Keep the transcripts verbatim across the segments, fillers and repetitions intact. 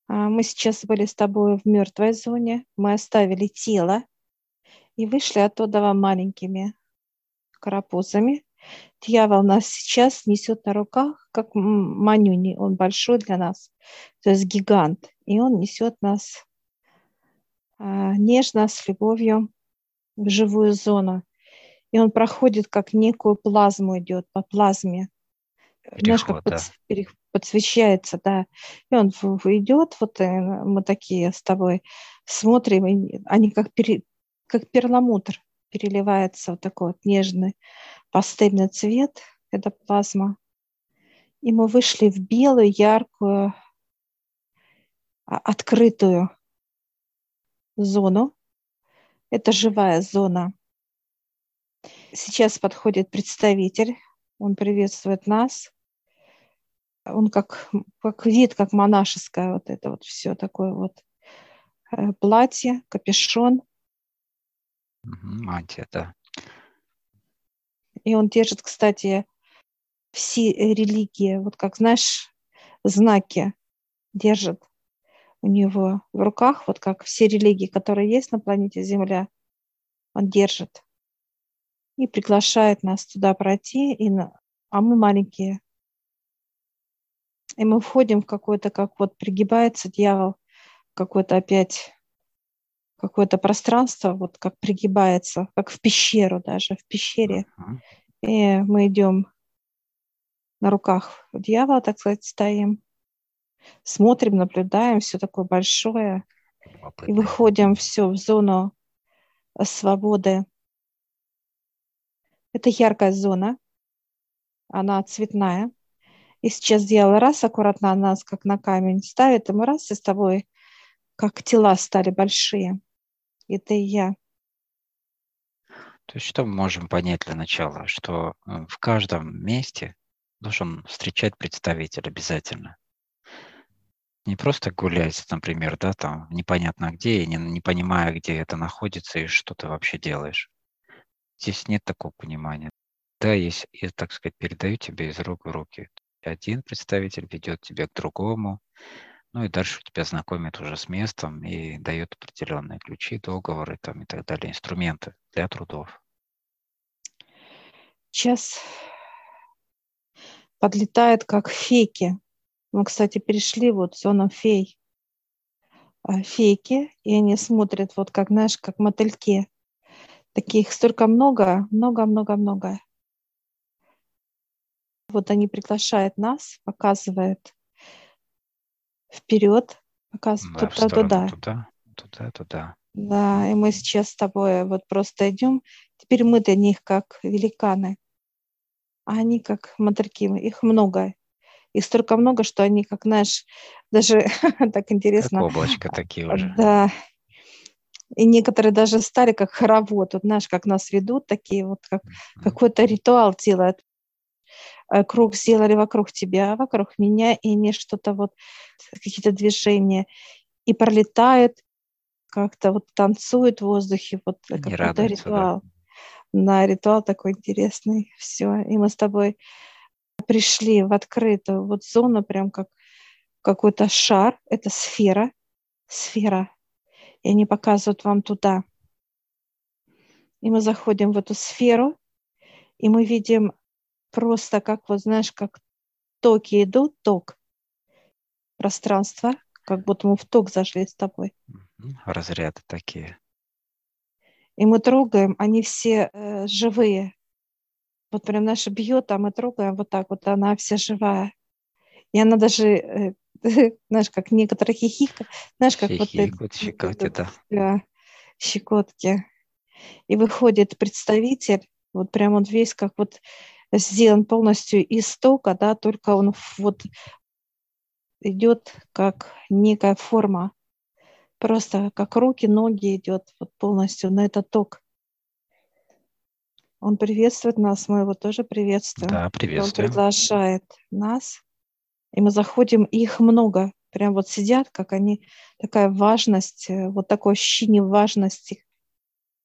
А, Мы сейчас были с тобой в мертвой зоне, мы оставили тело и вышли оттуда маленькими карапузами. Дьявол нас сейчас несет на руках, как м- манюни, он большой для нас, то есть гигант, и он несет нас а, нежно, с любовью в живую зону. И он проходит, как некую плазму идет, по плазме, знаешь, как Переход, да. подс- пере- подсвещается, да. И он в- в- идет, вот э, мы такие с тобой смотрим, и они как, пере- как перламутр переливается, вот такой вот нежный пастельный цвет, это плазма. И мы вышли в белую, яркую, а, открытую зону. Это живая зона. Сейчас подходит представитель, он приветствует нас. Он как, как вид, как монашеское вот это вот все такое вот э, платье, капюшон. Мгм, мантия, да. И он держит, кстати, все религии, вот как, знаешь, знаки держит у него в руках, вот как все религии, которые есть на планете Земля, он держит и приглашает нас туда пройти, и на... а мы маленькие. И мы входим в какое-то, как вот пригибается дьявол, какое-то опять какое-то пространство, вот как пригибается, как в пещеру даже, в пещере. Мгм. И мы идем на руках дьявола, так сказать, стоим, смотрим, наблюдаем, все такое большое, и Любопытно. выходим все в зону свободы. Это яркая зона, она цветная. И сейчас дьявол раз аккуратно на нас, как на камень, ставит, и мы раз и с тобой, как тела стали большие. И ты и я. То есть что мы можем понять для начала? Что э, в каждом месте должен встречать представитель обязательно. Не просто гулять, например, да, там непонятно где, и не, не понимая, где это находится и что ты вообще делаешь. Здесь нет такого понимания. Да, есть, я, так сказать, передаю тебе из рук в руки. Один представитель ведет тебя к другому, ну и дальше тебя знакомит уже с местом и дает определенные ключи, договоры там и так далее, инструменты для трудов. Сейчас подлетает, как фейки. Мы, кстати, перешли вот в зону фей. А, Фейки, и они смотрят вот как, знаешь, как мотыльки. Таких столько много, много, много, много. Вот они приглашают нас, показывают вперед, Да, показывают в сторону туда-туда. туда, туда, туда. Да, и мы сейчас с тобой вот просто идем. Теперь мы для них как великаны, а они как мотыльки. Их много. Их столько много, что они, как, знаешь, даже так Как интересно, облачко такие уже. да, и некоторые даже стали как хоровод, вот знаешь, как нас ведут, такие вот, как Мгм. какой-то ритуал делают. Э, Круг сделали вокруг тебя, вокруг меня, и они что-то вот, какие-то движения, и пролетают, как-то вот танцуют в воздухе, вот э, Они какой-то радуются, да. ритуал. На ритуал такой интересный. Все. И мы с тобой пришли в открытую вот зону, прям как какой-то шар, это сфера, сфера. И они показывают вам туда. И мы заходим в эту сферу, и мы видим просто как, вот знаешь, как токи идут, ток, пространство, как будто мы в ток зашли с тобой. Мгм. Разряды такие. И мы трогаем, они все э, живые. Вот прям наша бьет, а мы трогаем вот так вот, она вся живая. И она даже, э, знаешь, как некоторые хихика, знаешь, как вот э, Хихикают, щекотят, да. да, щекотки. И выходит представитель, вот прям он весь как вот сделан полностью из тока, да, только он вот идет как некая форма, просто как руки, ноги идет вот полностью на этот ток. Он приветствует нас, мы его тоже приветствуем. Да, И он приветствуем. приглашает нас, и мы заходим, и их много. Прям вот сидят, как они, такая важность, э, вот такое ощущение важности.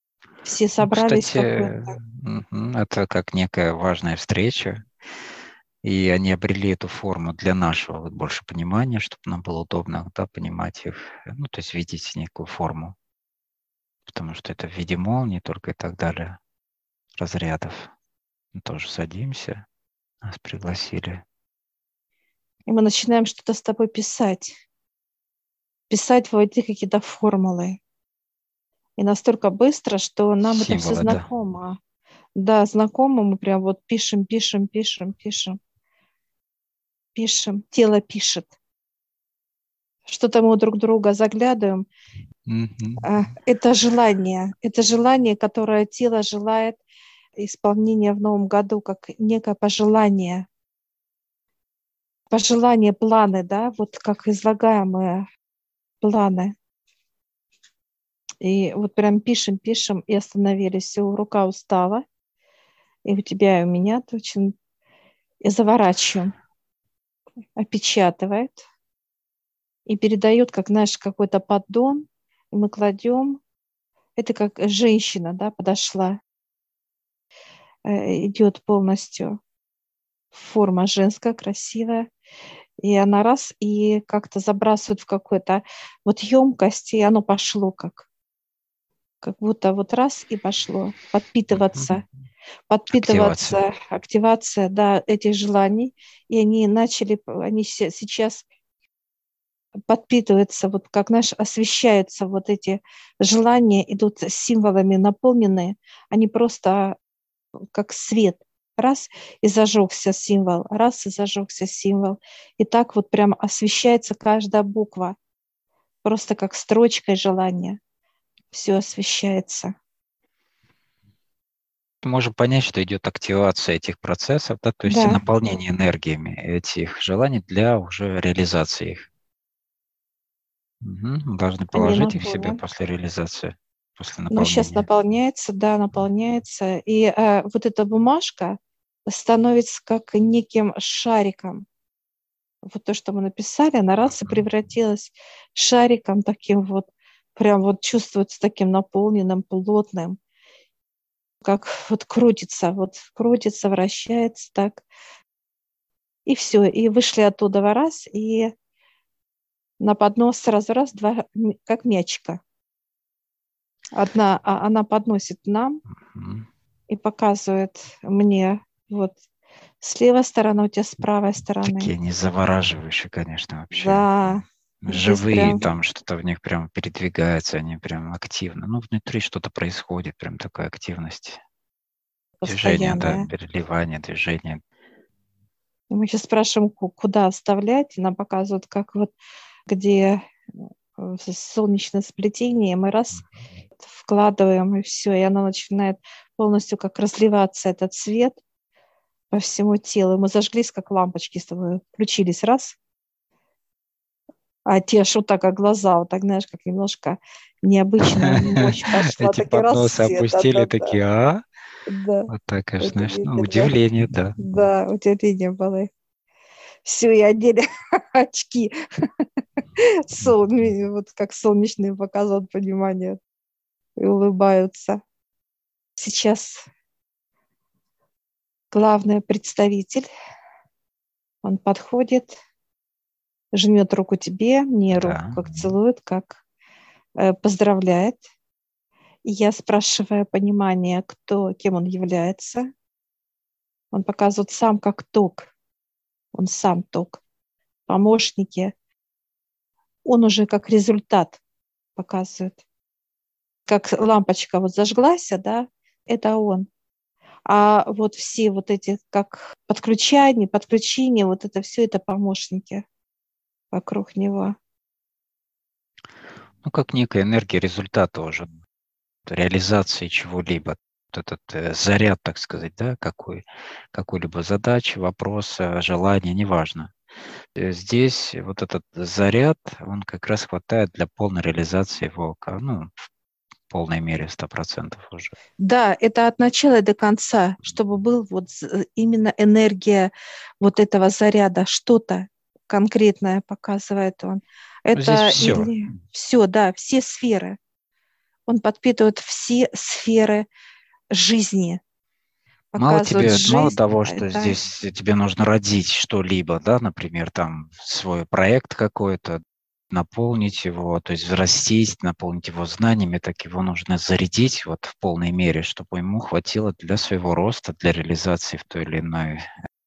Все Ну, собрались кстати, какой-то. мгм, это как некая важная встреча. И они обрели эту форму для нашего вот больше понимания, чтобы нам было удобно, да, понимать их, ну, то есть видеть некую форму, потому что это в виде молнии только и так далее, разрядов. Мы тоже садимся, нас пригласили. И мы начинаем что-то с тобой писать. Писать, вводить какие-то формулы. И настолько быстро, что нам это все Символы, да. знакомо. Да, знакомо, мы прям вот пишем, пишем, пишем, пишем, пишем. Тело пишет. Что-то мы у друг друга заглядываем. Мгм. А, Это желание. Это желание, которое тело желает исполнения в новом году, как некое пожелание. Пожелания, планы, да, вот как излагаемые планы. И вот прям пишем, пишем, и остановились. Все, рука устала. И у тебя, и у меня точно. И заворачиваем, опечатывает. И передает, как, знаешь, какой-то поддон. И мы кладем. Это как женщина, да, подошла. Э, Идет полностью форма женская, красивая. И она раз, и как-то забрасывает в какую-то вот емкость, и оно пошло как, как будто вот раз и пошло. Подпитываться, Мгм. Активация. подпитываться, активация, да, этих желаний. И они начали, они се- сейчас подпитываются, вот как, знаешь, освещаются вот эти желания, идут символами наполненные, они просто как свет. Раз, и зажегся символ, раз, и зажегся символ. И так вот прям освещается каждая буква, просто как строчкой желания. Все освещается. Мы можем понять, что идет активация этих процессов, да, то есть и Да, наполнение энергиями этих желаний для уже реализации их. Мгм. Мы должны они положить их в себя наполнены. после реализации, после Но сейчас наполнения. наполняется, да, наполняется. И э, вот эта бумажка становится как неким шариком. Вот то, что мы написали, она раз и Мгм. превратилась шариком таким вот, прям вот чувствуется таким наполненным, плотным, как вот крутится, вот крутится, вращается так. И все, и вышли оттуда в раз, и на поднос сразу раз, два, м, как мячика. Одна, а она подносит нам Мгм. и показывает мне, вот, с левой стороны, у тебя с правой стороны. Такие они завораживающие, конечно, вообще. Да, здесь Живые, прям там что-то в них прям передвигается, они прям активно. Ну, внутри что-то происходит, прям такая активность. Движение, да, постоянная. переливание, движение. И мы сейчас спрашиваем, ку- куда вставлять, и нам показывают, как вот где э, солнечное сплетение, мы раз вкладываем, и все, и оно начинает полностью как разливаться, этот свет по всему телу. И мы зажглись, как лампочки с тобой, включились раз, а те что так, как глаза, вот так, знаешь, как немножко необычная мощь пошла, Эти такой раз подносы свет, опустили, да-да-да, такие, а? да, Вот так, конечно, знаешь, ну, удивительно, удивление, да. да, удивления было. Все, и одели очки, Сол, Мгм. вот как солнечные показывают понимание и улыбаются. Сейчас главный представитель, он подходит, жмет руку тебе, мне руку Да. как целует, как э, поздравляет. И я спрашиваю понимание, кто, кем он является. Он показывает сам как ток, он сам ток, помощники. Он уже как результат показывает. Как лампочка вот зажглась, да, это он. А вот все вот эти, как подключание, подключение, вот это все это помощники вокруг него. Ну, как некая энергия результата уже, реализации чего-либо. Вот этот э, заряд, так сказать, да, какой, какой-либо задачи, вопроса, желания, неважно. Э, Здесь вот этот заряд, он как раз хватает для полной реализации его, ка- ну, в полной мере, сто процентов уже. Да, это от начала до конца, чтобы был вот з- именно энергия вот этого заряда, что-то конкретное показывает он. Ну, здесь Это все. или все, да, все сферы. Он подпитывает все сферы жизни, Мало показывают тебе, мало жизнь, того, э, что да, здесь тебе нужно родить что-либо, да, например, там свой проект какой-то, наполнить его, то есть взрастить, наполнить его знаниями, так его нужно зарядить вот в полной мере, чтобы ему хватило для своего роста, для реализации в той или иной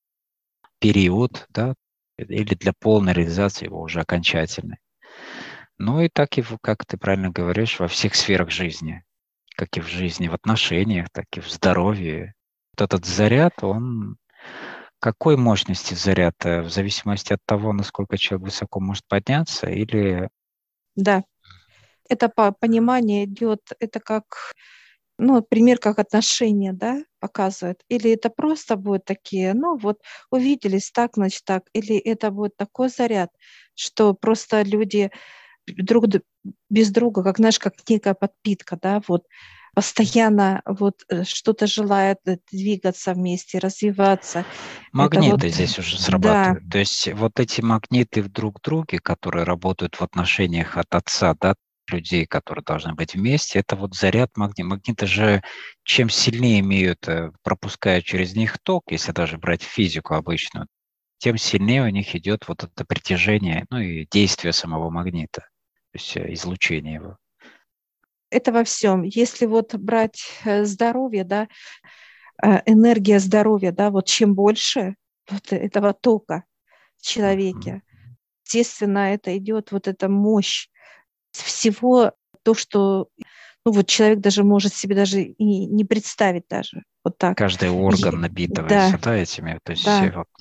период, да, или для полной реализации его уже окончательной. Ну и так и, в- как ты правильно говоришь, во всех сферах жизни, как и в жизни, в отношениях, так и в здоровье. Вот этот заряд, он какой мощности заряд? э, В зависимости от того, насколько человек высоко может подняться, или да. Это по понимание идет, это как, ну, пример, как отношения, да, показывает. Или это просто будут такие, ну, вот увиделись, так, значит, так. Или это будет такой заряд, что просто люди друг д без друга, как, знаешь, как некая подпитка, да, вот постоянно вот, э, что-то желает, э, двигаться вместе, развиваться. Это вот магниты здесь уже да, срабатывают. То есть вот эти магниты в друг друге, которые работают в отношениях от отца, да, людей, которые должны быть вместе, это вот заряд магнита. Магниты же чем сильнее имеют, э, пропуская через них ток, если даже брать физику обычную, тем сильнее у них идет вот это притяжение, ну и действие самого магнита, то есть э, излучение его. это во всем. Если вот брать, э, здоровье, да, э, энергия здоровья, да, вот чем больше вот этого тока в Мгм. человеке, естественно, это идет вот эта мощь всего, то, что, ну, вот человек даже может себе даже и не представить даже. Вот так. Каждый Е орган напитывается, да, да, этими, то есть э, да. вот.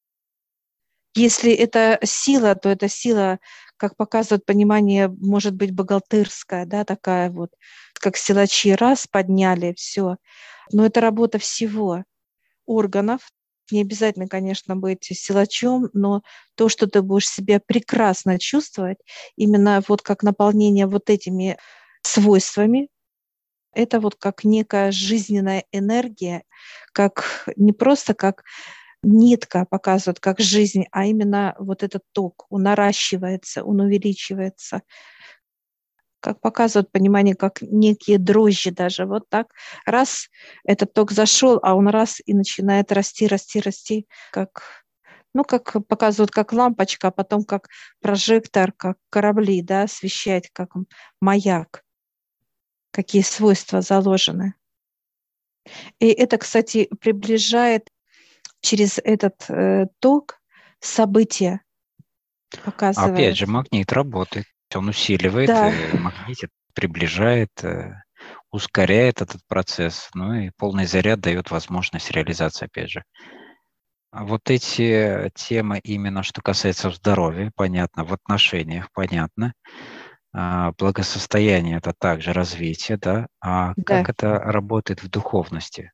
Если это сила, то это сила, как показывает понимание, может быть, бухгалтерская, да, такая вот, как силачи раз подняли, все. Но это работа всего органов. Не обязательно, конечно, быть силачом, но то, что ты будешь себя прекрасно чувствовать, именно вот как наполнение вот этими свойствами, это вот как некая жизненная энергия, как не просто как нитка показывает, как жизнь, а именно вот этот ток, он наращивается, он увеличивается, как показывает понимание, как некие дрожжи даже. Вот так раз этот ток зашел, а он раз и начинает расти, расти, расти, как, ну, как показывают, как лампочка, а потом как прожектор, как корабли, да, освещать, как маяк, какие свойства заложены. И это, кстати, приближает через этот э, ток события, Опять показывает. же, магнит работает, он усиливает, Да, э, магнитит, приближает, э, ускоряет этот процесс, ну и полный заряд дает возможность реализации, опять же. А вот эти темы именно, что касается здоровья, понятно, в отношениях, понятно, а, благосостояние– это также развитие, да, а да. как это работает в духовности?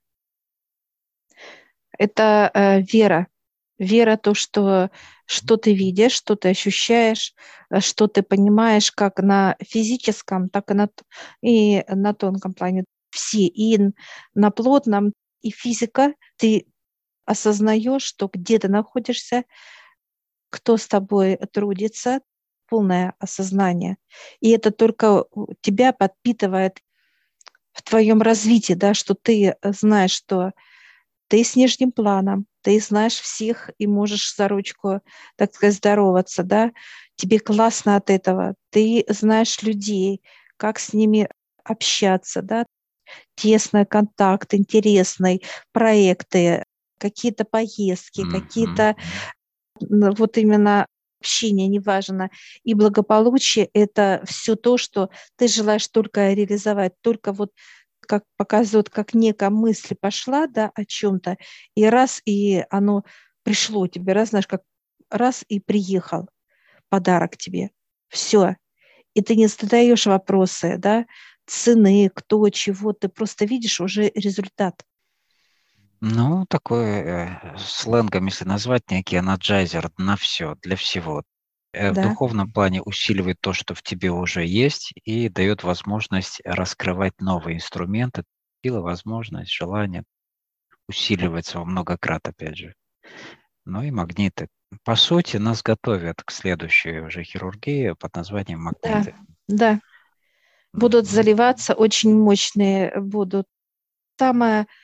Это э, вера. Вера то, что, что ты видишь, что ты ощущаешь, э, что ты понимаешь, как на физическом, так и на, т- и на тонком плане. Все, и н- на плотном, и физика. Ты осознаешь, что где ты находишься, кто с тобой трудится, полное осознание. И это только у тебя подпитывает в твоем развитии, да, что ты э, знаешь, что ты с нижним планом, ты знаешь всех и можешь за ручку, так сказать, здороваться, да, тебе классно от этого, ты знаешь людей, как с ними общаться, да, тесный контакт, интересный, проекты, какие-то поездки, Мгм. какие-то н- вот именно общение, неважно, и благополучие– это все то, что ты желаешь только реализовать, только вот как показывают, как некая мысль пошла, да, о чем-то, и раз, и оно пришло тебе, раз, знаешь, как раз и приехал подарок тебе. Все. И ты не задаешь вопросы, да, цены, кто, чего, ты просто видишь уже результат. Ну, такой, э, сленгом, если назвать, некий энерджайзер на все, для всего. Э, в Да, духовном плане усиливает то, что в тебе уже есть, и дает возможность раскрывать новые инструменты, сила, возможность, желание усиливается во много крат, опять же. Ну и магниты. По сути, нас готовят к следующей уже хирургии под названием да, магниты. да. Будут Мгм. заливаться, очень мощные будут. Самое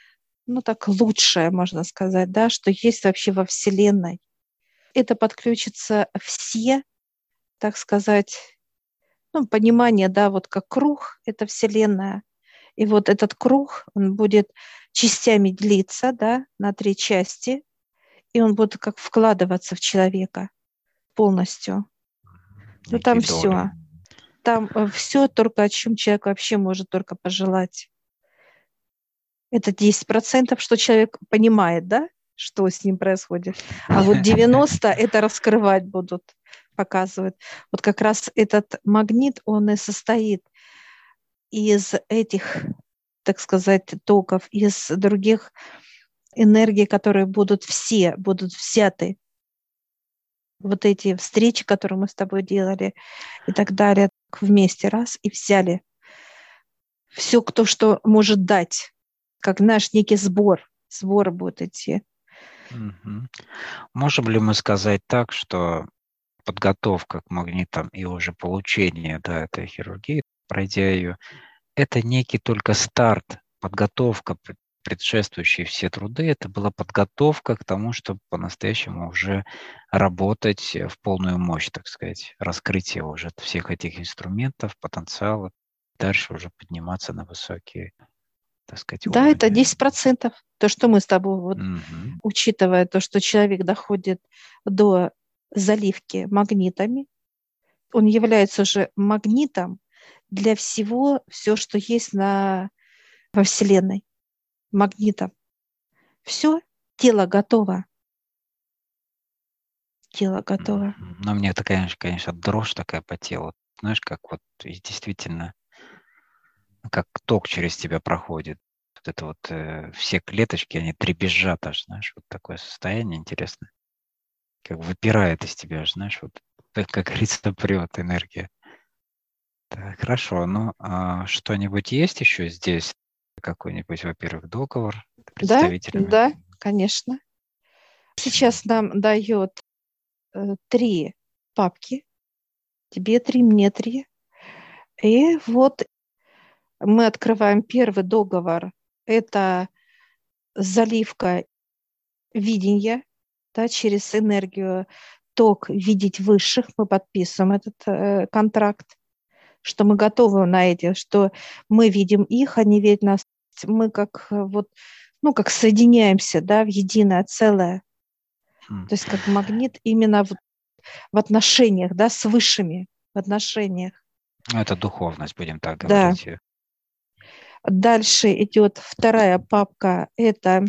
ну так лучшее, можно сказать, да, что есть вообще во Вселенной. Это подключится все, так сказать, ну, понимание, да, вот как круг, это Вселенная. И вот этот круг, он будет частями делиться, да, на три части, и он будет как вкладываться в человека полностью. Ну, там Некие доли. все. Там все только, о чем человек вообще может только пожелать. Это десять процентов, что человек понимает, да, что с ним происходит. А вот девяносто это раскрывать будут, показывают. Вот как раз этот магнит, он и состоит из этих, так сказать, токов, из других энергий, которые будут все, будут взяты. Вот эти встречи, которые мы с тобой делали и так далее, вместе раз и взяли. Все, кто что может дать, как наш некий сбор, сбор будет идти. Мгм. Можем ли мы сказать так, что подготовка к магнитам и уже получение, да, этой хирургии, пройдя ее, это некий только старт, подготовка, пред- предшествующие все труды, это была подготовка к тому, чтобы по-настоящему уже работать в полную мощь, так сказать, раскрытие уже всех этих инструментов, потенциала, дальше уже подниматься на высокие, так сказать, Да, это уровни. десять процентов. То, что мы с тобой, вот, Мгм. учитывая то, что человек доходит до заливки магнитами, он является уже магнитом для всего, все, что есть на, во Вселенной. Магнитом. Все, тело готово. Тело готово. Мгм. Но мне это, конечно, конечно, дрожь такая по телу. Знаешь, как вот и действительно, как ток через тебя проходит. Вот это вот э, все клеточки, они дребезжат аж, знаешь, вот такое состояние интересное. Как выпирает из тебя, аж, знаешь, вот как, как говорится, прет энергия. Так, хорошо, ну а что-нибудь есть еще здесь? Какой-нибудь, во-первых, договор с Да, представителями? да, конечно. Сейчас нам дает э, три папки. Тебе три, мне три. И вот мы открываем первый договор. Это заливка видения, да, через энергию, ток видеть высших. Мы подписываем этот э, контракт, что мы готовы на эти, что мы видим их, они видят нас. Мы как э, вот, ну, как соединяемся, да, в единое целое. Хм. То есть как магнит именно в, в отношениях, да, с высшими, в отношениях. Ну, это духовность, будем так Да. говорить. Дальше идет вторая папка. Это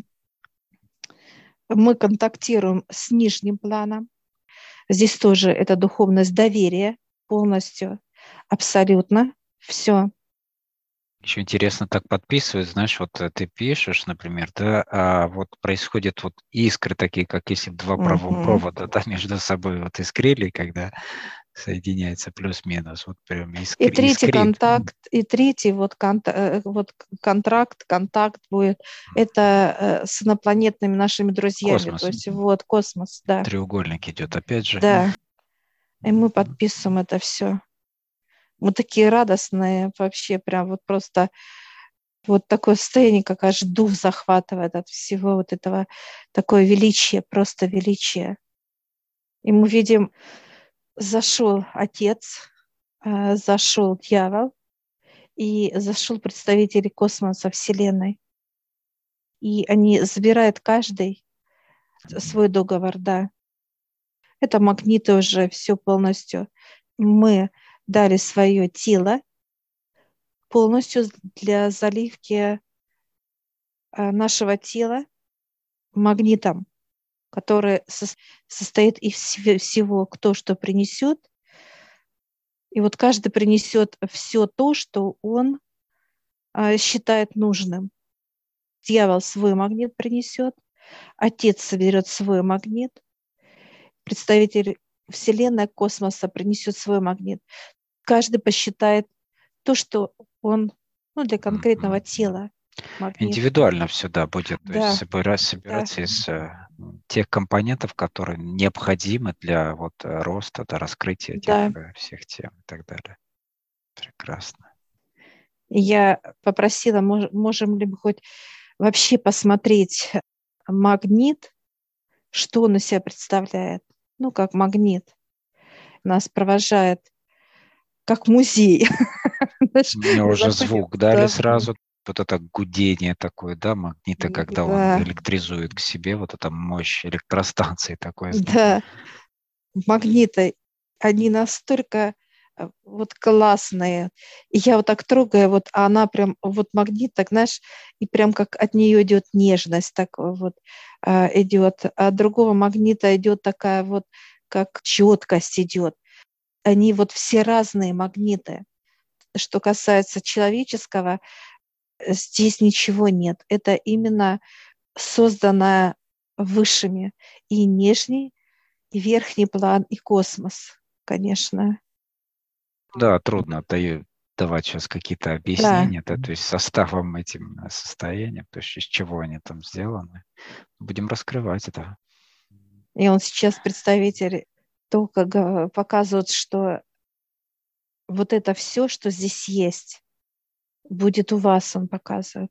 мы контактируем с нижним планом. Здесь тоже это духовность доверия полностью, абсолютно все. Еще интересно так подписывать, знаешь, вот э, ты пишешь, например, да, а вот происходят вот искры такие, как если бы два прово- Угу. провода, да, между собой вот искрили, когда соединяется плюс-минус, вот прям И искри, третий искрит. контакт, и третий вот, конт, э, вот контракт, контакт будет, это э, с инопланетными нашими друзьями, то Космос, есть вот космос, да, треугольник идет опять же. да, и мы подписываем это все. Мы такие радостные вообще, прям вот просто вот такое состояние, как аж дух захватывает от всего вот этого, такое величие, просто величие. И мы видим, зашел Отец, э, зашел дьявол, и зашел представитель космоса, Вселенной. И они забирают каждый свой договор, да. Это магниты уже все полностью. Мы дали свое тело полностью для заливки э, нашего тела магнитом, который со- состоит из всего, всего, кто что принесет. И вот каждый принесет все то, что он э, считает нужным. Дьявол свой магнит принесет, Отец соберет свой магнит, представитель Вселенной, космоса принесет свой магнит. Каждый посчитает то, что он, ну, для конкретного Мгм. тела магнит. Индивидуально все, да, будет, то есть Да, собира- да, собираться из э, тех компонентов, которые необходимы для вот э, роста, да, раскрытия тех да. э, всех тем и так далее. Прекрасно. И я попросила, мож, можем ли мы хоть вообще посмотреть магнит, что он из себя представляет. Ну, как магнит. Нас провожает как музей. Мне Мы уже заходим звук дали туда. сразу, вот это гудение такое, да, магнита, когда он Да, электризует к себе, вот эта мощь электростанции такой, знаешь. да, магниты, они настолько э, вот классные. И я вот так трогаю, вот, а она прям, вот магнит, так, знаешь, и прям как от нее идет нежность, так вот а, идет. А от другого магнита идет такая вот, как четкость идет. Они вот все разные магниты. Что касается человеческого, э, здесь ничего нет. Это именно создано высшими. И нижний, и верхний план, и космос, конечно. Да, трудно даю, давать сейчас какие-то Да. объяснения, да, то есть составом этим э, состоянием, то есть из чего они там сделаны. Будем раскрывать это. И он сейчас представитель только га- показывает, что вот это все, что здесь есть, будет у вас, он показывает.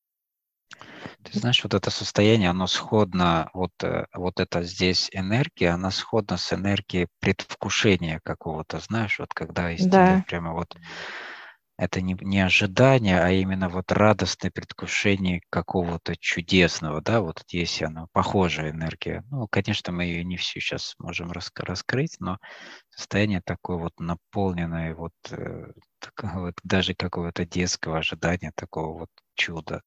Ты знаешь, вот это состояние, оно сходно, вот, э, вот это здесь энергия, она сходна с энергией предвкушения какого-то, знаешь, вот когда из тебя Да. прямо вот это не, не ожидание, а именно вот радостное предвкушение какого-то чудесного, да, вот есть она, похожая энергия. Ну, конечно, мы ее не всю сейчас можем раска- раскрыть, но состояние такое вот наполненное вот, э, такого вот даже какого-то детского ожидания, такого вот чуда.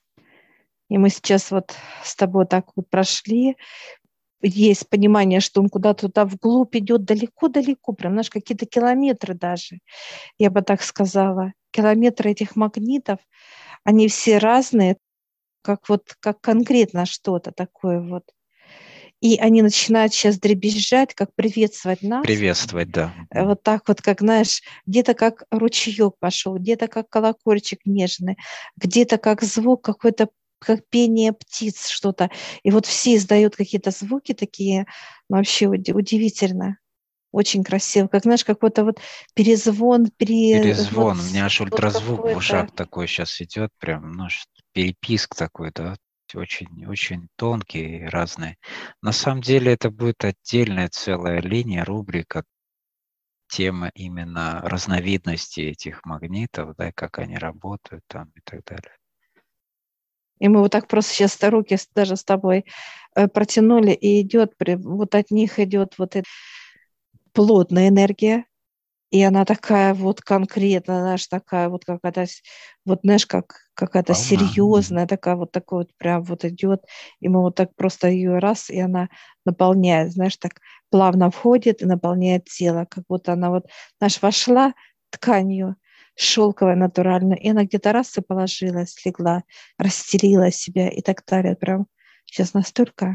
И мы сейчас вот с тобой так вот прошли. Есть понимание, что он куда-то туда вглубь идет далеко-далеко, прям, знаешь, какие-то километры даже, я бы так сказала. Километры этих магнитов, они все разные, как вот как конкретно что-то такое вот. И они начинают сейчас дребезжать, как приветствовать нас. Приветствовать, да. Э, Вот так вот, как, знаешь, где-то как ручеек пошел, где-то как колокольчик нежный, где-то как звук какой-то, как пение птиц что-то. И вот все издают какие-то звуки такие, ну, вообще уди- удивительно, очень красиво. Как, знаешь, какой-то вот перезвон, пере, вот, Перезвон. У меня аж вот ультразвук в какой-то. ушах такой сейчас идет, прям, ну, ш- переписк такой, да, очень, очень тонкий и разный. На самом деле это будет отдельная целая линия, рубрика, тема именно разновидности этих магнитов, да, и как они работают там и так далее. И мы вот так просто сейчас руки с- даже с тобой э, протянули, и идет, при- вот от них идет вот эта плотная энергия, и она такая вот конкретная, знаешь, такая вот какая-то, с- вот знаешь, как какая-то Волна. серьезная, такая вот такой вот прям вот идет, и мы вот так просто ее раз, и она наполняет, знаешь, так плавно входит и наполняет тело, как будто она вот, знаешь, вошла тканью шелковой натурально, и она где-то раз и положилась, легла, расстелила себя и так далее. Прям сейчас настолько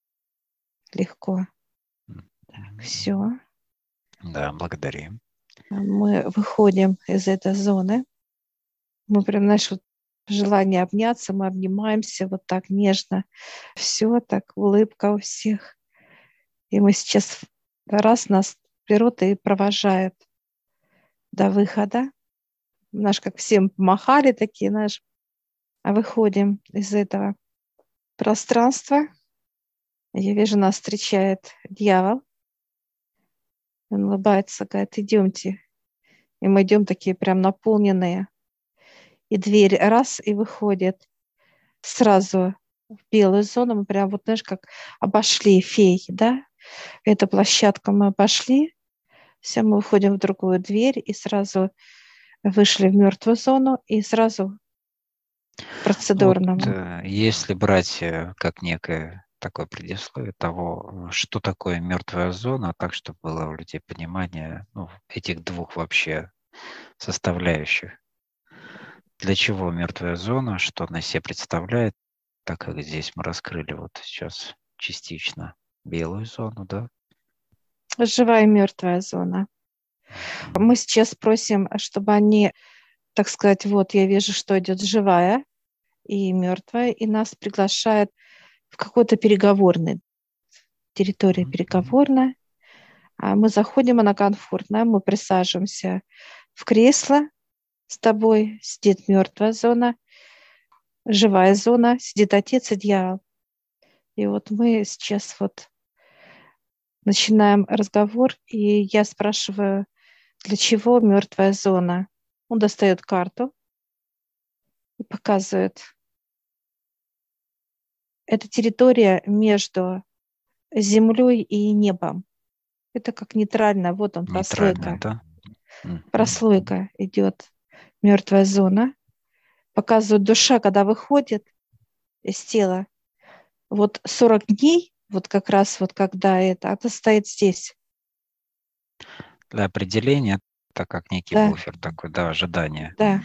легко. Так, все. Да, благодарим. Мы выходим из этой зоны. Мы прям, знаешь, вот желание обняться, мы обнимаемся вот так нежно. Все так, улыбка у всех. И мы сейчас раз нас берут и провожают до выхода. Наш, как всем помахали такие, знаешь, а выходим из этого пространства. Я вижу, нас встречает дьявол. Он улыбается, говорит, идемте. И мы идем такие прям наполненные. И дверь раз и выходит сразу в белую зону. Мы прям вот, знаешь, как обошли фей, да? Эту площадку мы обошли. Все, мы выходим в другую дверь и сразу вышли в мертвую зону и сразу к Ну вот процедурному. э, если брать э, как некое такое предисловие того, э, что такое мертвая зона, так, чтобы было у людей понимание ну, этих двух вообще составляющих. Для чего мертвая зона, что она из себя представляет, так как здесь мы раскрыли вот сейчас частично белую зону, да? Живая и мертвая зона. Мгм. Мы сейчас просим, чтобы они, так сказать, вот я вижу, что идет живая и мертвая, и нас приглашают в какой-то переговорный, территория Мгм. переговорная. А мы заходим, она комфортная, мы присаживаемся в кресло, с тобой сидит мертвая зона, живая зона, сидит отец и дьявол. И вот мы сейчас вот начинаем разговор, и я спрашиваю, для чего мертвая зона? Он достает карту и показывает. Это территория между землей и небом. Это как нейтральная, вот он, Нейтральная, прослойка. да? Мгм. Прослойка идет, мертвая зона. Показывает душа, когда выходит из тела. Вот сорок дней, вот как раз вот когда это, это стоит здесь. Для определения это как некий Да, буфер такой, да, ожидания. да,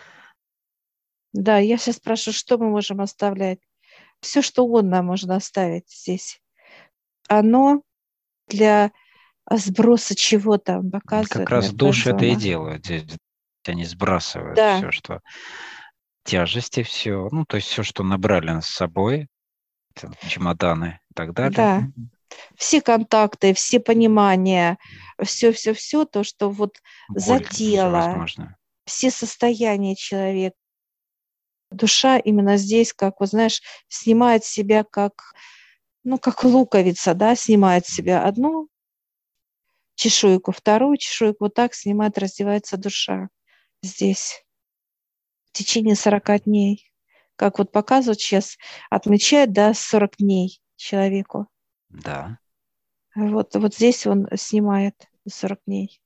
да. Я сейчас спрашиваю, что мы можем оставлять. Все, что угодно можно оставить здесь. Оно для сброса чего-то Как показывает раз мертвая души это и зона. делают. Здесь они сбрасывают Да, все, что тяжести, все, ну, то есть все, что набрали с собой, там, чемоданы и так далее. да. Все контакты, все понимания, все-все-все, то, что вот Боль задело, всевозможную. все состояния человека. Душа именно здесь, как, вот знаешь, снимает себя как, ну, как луковица, да, снимает с себя одну чешуйку, вторую чешуйку, вот так снимает, раздевается душа здесь в течение сорока дней. Как вот показывают сейчас, отмечают, да, сорок дней человеку. Да. Вот, вот здесь он снимает сорок дней.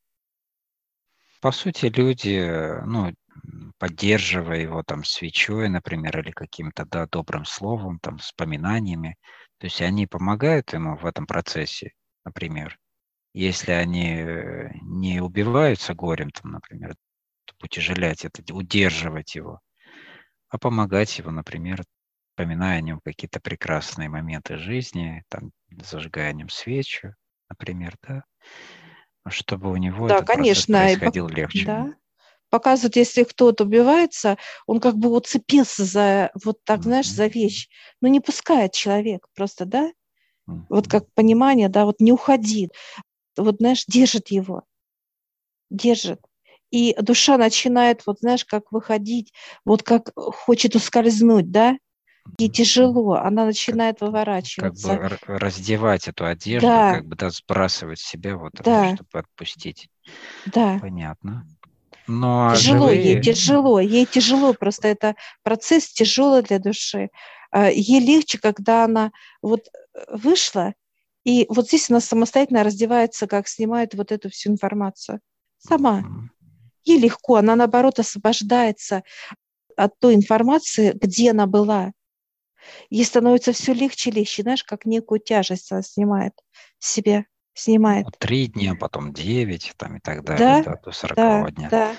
По сути, люди, ну, поддерживая его там свечой, например, или каким-то, да, добрым словом, там, вспоминаниями, то есть они помогают ему в этом процессе, например. Если они э, не убиваются горем, там, например, то утяжелять это, удерживать его, а помогать его, например, вспоминая о нем какие-то прекрасные моменты жизни, там, зажигая о нем свечу, например, да, чтобы у него Да, этот процесс конечно, и пок- происходил легче. да. Показывают, если кто-то убивается, он как бы уцепился за, вот так, знаешь, Мгм. за вещь. Но не пускает человек просто, да? Вот Мгм. как понимание, да, вот не уходи. Вот, знаешь, держит его, держит. И душа начинает, вот знаешь, как выходить, вот как хочет ускользнуть, да? Ей тяжело, она Как, начинает как бы выворачиваться. р- раздевать эту одежду, Да, как бы, да, сбрасывать с себя вот это, да, чтобы отпустить. да. Понятно. Ну а Тяжело ей, живые, тяжело, ей тяжело, просто это процесс тяжелый для души. А, ей легче, когда она вот э, вышла, и вот здесь она самостоятельно раздевается, как снимает вот эту всю информацию. Сама. мгм, Ей легко, она наоборот освобождается от той информации, где она была. Ей становится все легче и легче, знаешь, как некую тяжесть она снимает с себя, ну, снимает. три дня, потом девять, там и так далее, Да, да, до да, сорокового дня. да.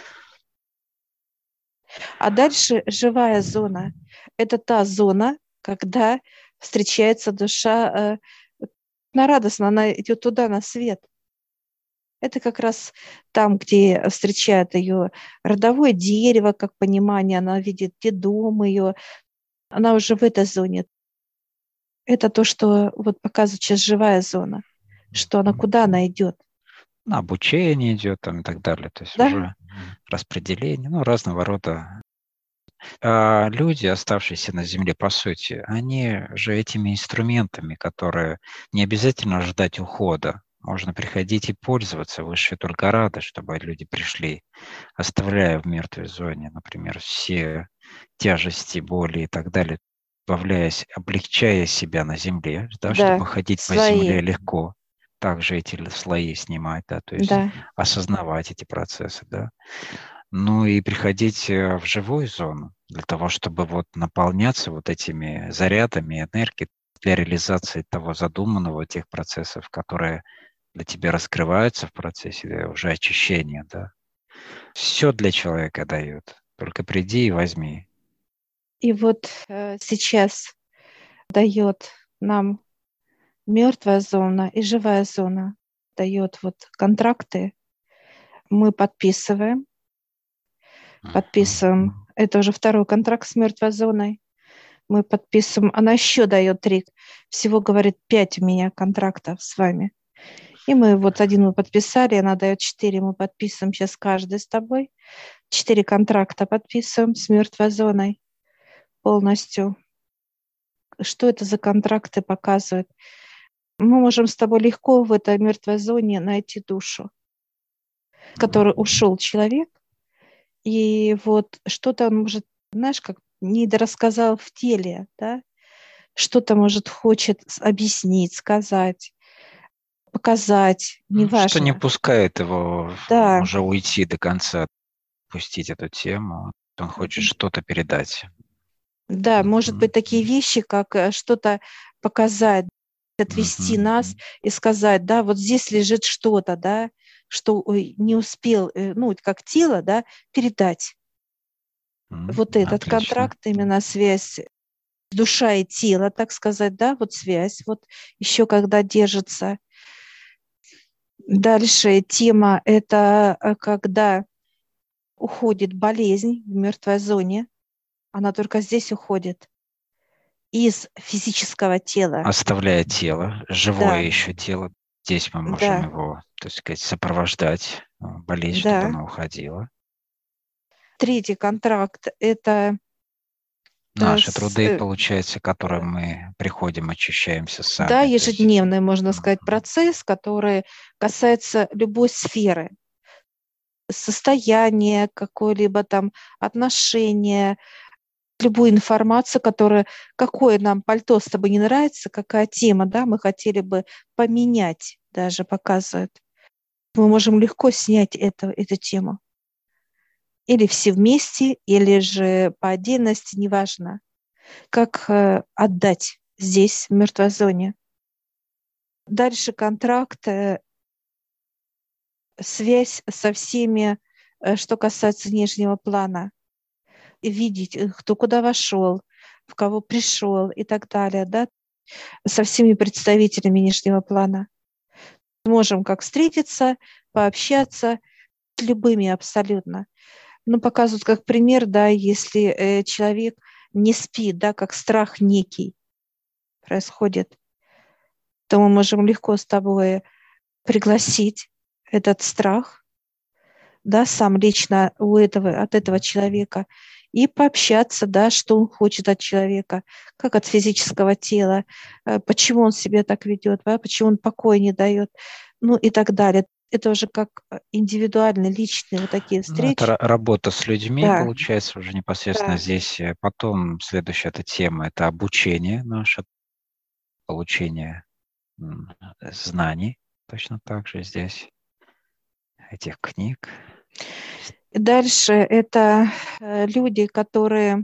А дальше живая зона. Это та зона, когда встречается душа э, на радостно, она идет туда, на свет. Это как раз там, где встречает ее родовое дерево, как понимание, она видит, где дом ее, она уже в этой зоне. Это то, что вот показывает сейчас живая зона, что она, куда она идет. Ну, обучение идет там и так далее, то есть Да, уже распределение, ну, разного рода. А люди, оставшиеся на Земле, по сути, они же этими инструментами, которые не обязательно ждать ухода, можно приходить и пользоваться. Высшие только рады, чтобы люди пришли, оставляя в мертвой зоне, например, все тяжести, боли и так далее, избавляясь, облегчая себя на Земле, да, да, чтобы ходить по Земле свои, легко, также эти л- слои снимать, да, то есть да. осознавать эти процессы, да. Ну и приходить э, в живую зону для того, чтобы вот наполняться вот этими зарядами энергии для реализации того задуманного, тех процессов, которые для тебя раскрываются в процессе э, уже очищения, да. Все для человека дают. Только приди и возьми. И вот э, сейчас дает нам мертвая зона и живая зона, дает вот контракты, мы подписываем, Мгм. подписываем, это уже второй контракт с мертвой зоной, мы подписываем, она еще дает три, всего, говорит, пять у меня контрактов с вами. И мы вот один мы подписали, она дает четыре, мы подписываем сейчас каждый с тобой, четыре контракта подписываем с мертвой зоной полностью. Что это за контракты показывают? Мы можем с тобой легко в этой мертвой зоне найти душу, в которой ушел человек, и вот что-то он может, знаешь, как недорассказал в теле, да, что-то, может, хочет объяснить, сказать, показать, Ну, что не неважно. пускает его Да, уже уйти до конца, пустить эту тему. Он хочет что-то передать. да, может быть, Мгм. такие вещи, как э, что-то показать, отвести Мгм. нас и сказать, да, вот здесь лежит что-то, да, что ой, не успел, э, ну, вот как тело, да, передать. М, Вот этот Отлично. контракт, именно связь душа и тело, так сказать, да, вот связь, вот еще когда держится. Дальше тема – это э, когда уходит болезнь в мертвой зоне, она только здесь уходит из физического тела. Оставляя тело, живое Да, еще тело, здесь мы можем да, его, так сказать, сопровождать, э, болеть, чтобы да. оно уходило. Третий контракт – это э, Наши с, труды, э, получается, к которым э, мы приходим, очищаемся да, сами. То есть, ежедневный, можно сказать, мгм. процесс, который касается любой сферы, состояния, какое-либо там отношения, любую информацию, которая, какое нам пальто с тобой не нравится, какая тема, да, мы хотели бы поменять, даже показывают. Мы можем легко снять это, эту тему. Или все вместе, или же по отдельности, неважно. Как э, отдать здесь, в мертвой зоне. Дальше контракт, э, связь со всеми, э, что касается внешнего плана. И видеть, э, кто куда вошел, в кого пришел и так далее, да, со всеми представителями внешнего плана. Можем как встретиться, пообщаться с любыми абсолютно. Ну, показывают как пример, да, если э, человек не спит, да, как страх некий происходит, то мы можем легко с тобой пригласить этот страх, да, сам лично у этого, от этого человека, и пообщаться, да, что он хочет от человека, как от физического тела, э, почему он себя так ведет, да, почему он покоя не дает, ну и так далее. Это уже как э, индивидуальные, личные вот такие Ну, это встречи. ра- работа с людьми, Да, получается, уже непосредственно да. здесь. Э, Потом следующая эта тема– это обучение наше, получение м, знаний, точно так же здесь, этих книг. Дальше это э, люди, которые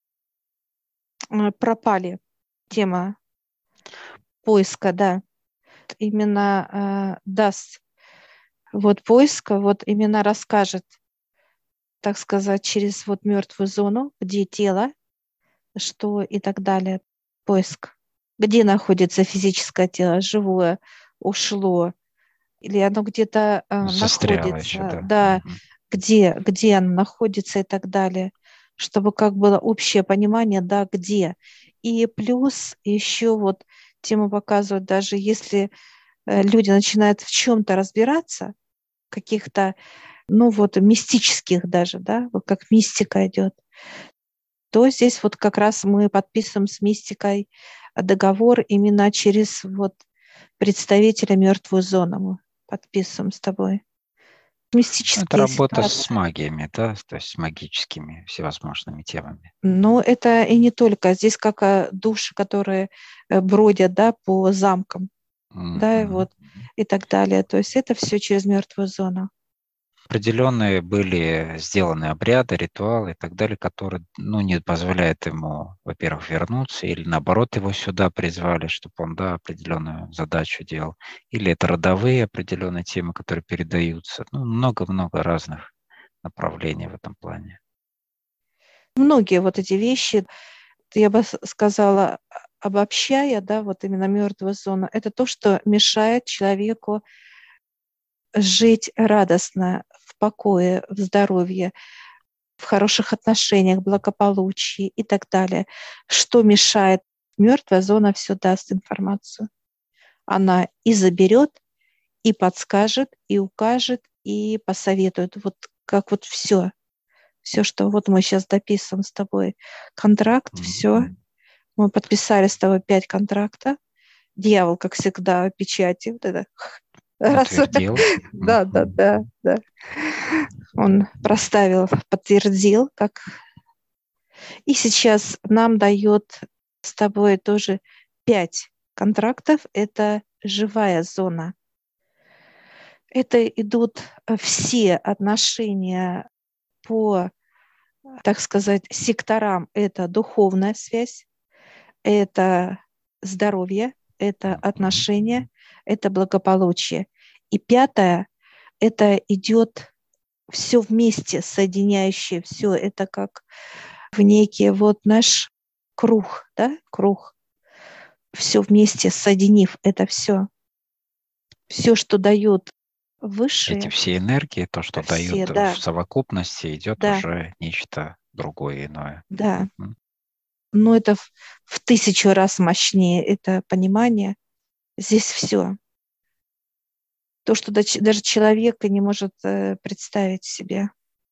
э, пропали. Тема поиска, да, именно э, даст вот поиска, вот именно расскажет, так сказать, через вот мертвую зону, где тело, что и так далее, поиск, где находится физическое тело, живое, ушло, или оно где-то э, Застряло еще, находится, да. да, Мгм. где, где оно находится и так далее, чтобы как было общее понимание, да, где. И плюс еще вот тему показывают, даже если э, люди начинают в чем-то разбираться, каких-то, ну вот, мистических даже, да, вот как мистика идет, то здесь вот как раз мы подписываем с мистикой договор именно через вот представителя мертвую зону мы подписываем с тобой. Ну, это Мистические работа с ситуации. магиями, да, то есть с магическими всевозможными темами. Но это и не только. Здесь как э, души, которые э, бродят, да, по замкам, да, и Мгм. вот и так далее. То есть это все через мертвую зону. Определенные были сделаны обряды, ритуалы и так далее, которые, ну, не позволяют ему, во-первых, вернуться, или наоборот его сюда призвали, чтобы он, да, определенную задачу делал. Или это родовые определенные темы, которые передаются. Ну, много-много разных направлений в этом плане. Многие вот эти вещи, я бы с- сказала, а- обобщая, да, вот именно мертвая зона, это то, что мешает человеку жить радостно, в покое, в здоровье, в хороших отношениях, благополучии и так далее. Что мешает? Мертвая зона все даст информацию. Она и заберет, и подскажет, и укажет, и посоветует. Вот как вот все. Все, что вот мы сейчас дописываем с тобой контракт, Мгм. все. Мы подписали с тобой пять контрактов. Дьявол, как всегда, печати. Вот это. Раз. Утвердил. Да, да, Мгм. да, да. Он проставил, подтвердил, как. И сейчас нам дает с тобой тоже пять контрактов. Это живая зона. Это идут э, все отношения по, так сказать, секторам. Это духовная связь, это здоровье, это Мгм. отношения, это благополучие. И пятое, это идет все вместе, соединяющее все. Это как в некий вот наш круг, да, круг. Все вместе, соединив это все. Все, что дает Эти высшие, все энергии, то, что все, дают в да, совокупности, идет да, уже нечто другое, иное. да. Мгм. Но это в, в тысячу раз мощнее, это понимание. Здесь все. То, что доч- даже человек и не может э, представить себе.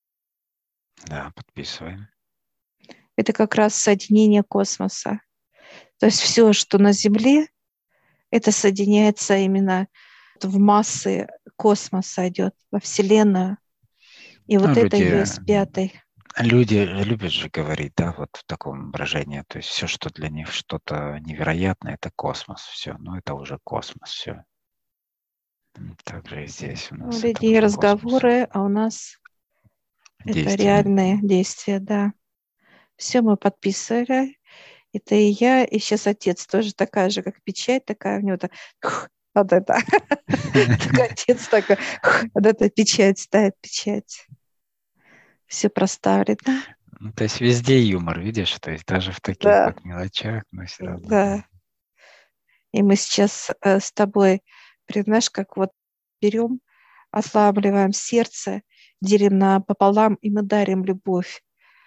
Да, подписываем. Это как раз соединение космоса. То есть все, что на Земле, это соединяется именно в массы космоса идет, во Вселенную. И Ну, вот это люди, есть пятый. люди любят же говорить, да, вот в таком выражении. То есть все, что для них что-то невероятное, это космос. Все, ну это уже космос, все. Также и здесь у У нас это людей уже космос. разговоры, а у нас это Действие. реальные действия, да. Все мы подписывали. Это и я, и сейчас отец тоже такая же, как печать, такая у него так, вот это. Так отец такой, вот это печать ставит, печать. Все проставлено. Ну, то есть везде юмор, видишь, то есть даже в таких Да, вот мелочах, но все равно. да. И мы сейчас э, с тобой, знаешь, как вот берем, ослабливаем сердце, делим на пополам, и мы дарим любовь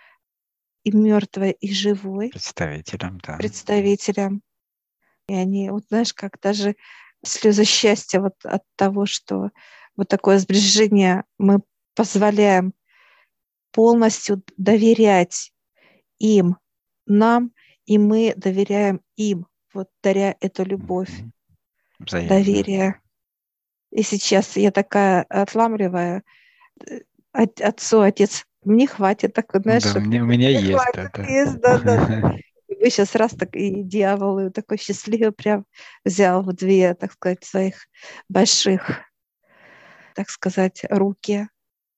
и мертвой, и живой Представителям, да. представителям. И они, вот знаешь, как даже слезы счастья вот от того, что вот такое сближение мы позволяем полностью доверять им, нам, и мы доверяем им, вот даря эту любовь, Мгм. Взаимно. доверие. И сейчас я такая отламливаю э, от- отцу, отец, мне хватит, так вот, знаешь, Да, у чтоб меня, у меня мне есть, да, хватит, да. есть, да, да, да. И вы сейчас раз так и дьявол, и такой счастливый прям взял в две, так сказать, своих больших, так сказать, руки.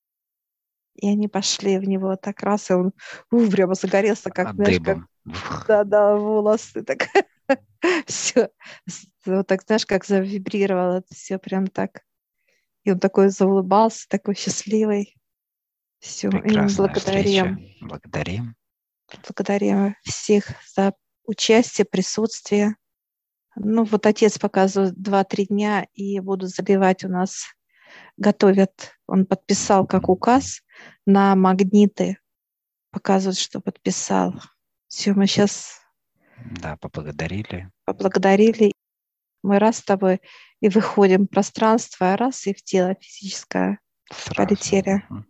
И они пошли в него так раз, и он ух, прямо загорелся, как, А знаешь, как, дыбом. Ух. да-да, волосы, так все, вот так, знаешь, как завибрировало это все прям так. И он такой заулыбался, такой счастливый. Все, и мы Прекрасная встреча. благодарим, Благодарим. благодарим всех за участие, присутствие. Ну, вот отец показывает два-три дня, и будут заливать у нас, готовят. Он подписал как Мгм. указ на магниты, показывают, что подписал. Все, мы сейчас Да, поблагодарили. поблагодарили. Мы раз с тобой и выходим в пространство, а раз и в тело физическое Сразу. полетели. Мгм.